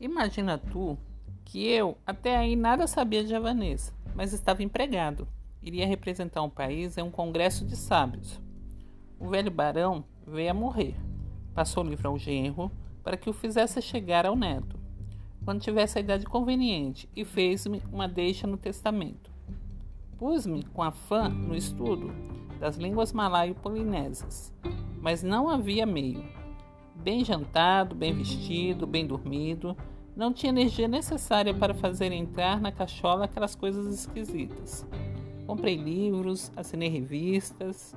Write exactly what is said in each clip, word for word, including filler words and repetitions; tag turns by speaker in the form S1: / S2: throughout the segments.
S1: Imagina tu que eu até aí nada sabia de javanês, mas estava empregado. Iria representar um país em um congresso de sábios. O velho barão veio a morrer. Passou o livro ao genro para que o fizesse chegar ao neto, quando tivesse a idade conveniente, e fez-me uma deixa no testamento. Pus-me com afã no estudo das línguas malaio-polinésias, mas não havia meio. Bem jantado, bem vestido, bem dormido, não tinha energia necessária para fazer entrar na cachola aquelas coisas esquisitas. Comprei livros, assinei revistas,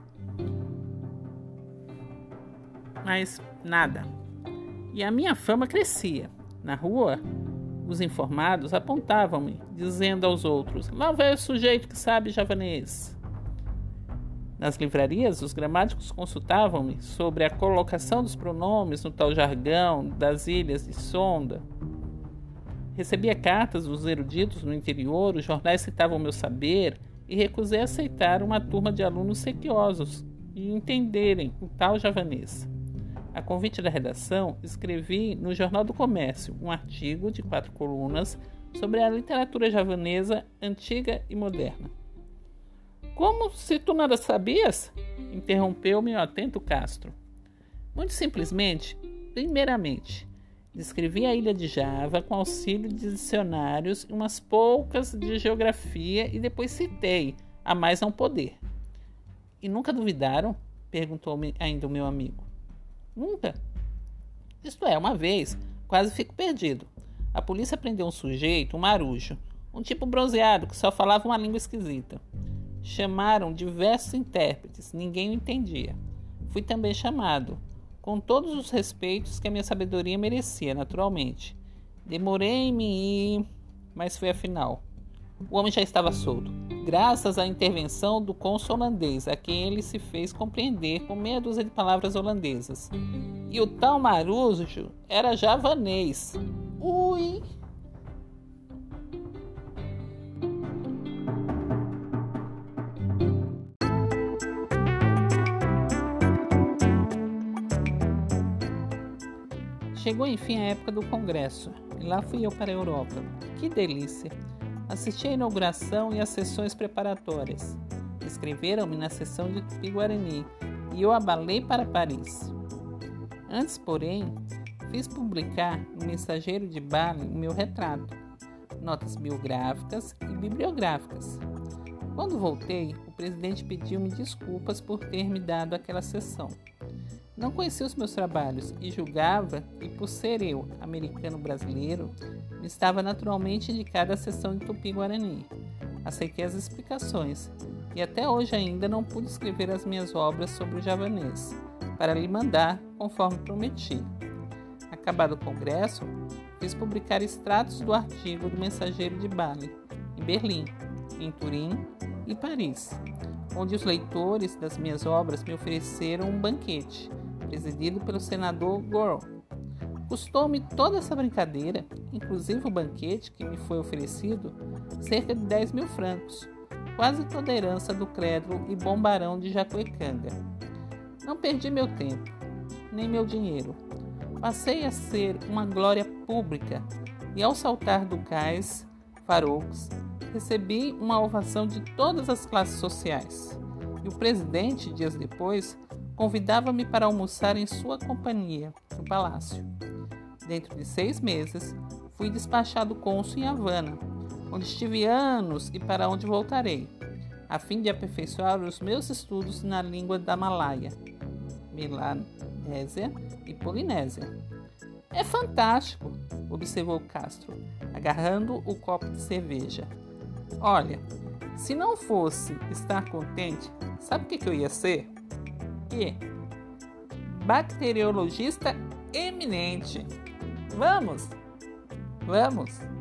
S1: mas nada. E a minha fama crescia. Na rua, os informados apontavam-me, dizendo aos outros: lá vai o sujeito que sabe javanês. Nas livrarias, os gramáticos consultavam-me sobre a colocação dos pronomes no tal jargão das ilhas de Sonda. Recebia cartas dos eruditos no interior, os jornais citavam meu saber, e recusei aceitar uma turma de alunos sequiosos e entenderem o tal javanês. A convite da redação, escrevi no Jornal do Comércio um artigo de quatro colunas sobre a literatura javanesa antiga e moderna. Como se tu nada sabias? Interrompeu-me o atento Castro. Muito simplesmente, primeiramente, descrevi a ilha de Java com auxílio de dicionários e umas poucas de geografia e depois citei, a mais não poder. E nunca duvidaram? Perguntou-me ainda o meu amigo. Nunca. Isto é, uma vez, quase fico perdido. A polícia prendeu um sujeito, um marujo, um tipo bronzeado que só falava uma língua esquisita. Chamaram diversos intérpretes, ninguém o entendia. Fui também chamado, com todos os respeitos que a minha sabedoria merecia, naturalmente. Demorei-me e... mas foi afinal. O homem já estava solto, graças à intervenção do cônsul holandês, a quem ele se fez compreender com meia dúzia de palavras holandesas. E o tal marujo era javanês. Ui! Chegou enfim a época do congresso, e lá fui eu para a Europa. Que delícia! Assisti à inauguração e às sessões preparatórias. Escreveram-me na sessão de Tupi-Guarani, e eu abalei para Paris. Antes, porém, fiz publicar no Mensageiro de Bali o meu retrato, notas biográficas e bibliográficas. Quando voltei, o presidente pediu-me desculpas por ter me dado aquela sessão. Não conhecia os meus trabalhos e julgava que, por ser eu americano-brasileiro, me estava naturalmente indicada a sessão de Tupi-Guarani. Aceitei as explicações e até hoje ainda não pude escrever as minhas obras sobre o javanês, para lhe mandar, conforme prometi. Acabado o congresso, fiz publicar extratos do artigo do Mensageiro de Bali, em Berlim, em Turim e Paris, onde os leitores das minhas obras me ofereceram um banquete, presidido pelo senador Gore. Custou-me toda essa brincadeira, inclusive o banquete que me foi oferecido, cerca de dez mil francos, quase toda a herança do crédulo e bom barão de Jacuecanga. Não perdi meu tempo, nem meu dinheiro. Passei a ser uma glória pública e, ao saltar do cais Farouques, recebi uma ovação de todas as classes sociais. E o presidente, dias depois, convidava-me para almoçar em sua companhia, no palácio. Dentro de seis meses, fui despachado cônsul em Havana, onde estive anos e para onde voltarei, a fim de aperfeiçoar os meus estudos na língua da Malaia, Melanésia e Polinésia. É fantástico, observou Castro, agarrando o copo de cerveja. Olha, se não fosse estar contente, sabe o que, que eu ia ser? Que? Bacteriologista eminente. Vamos? Vamos?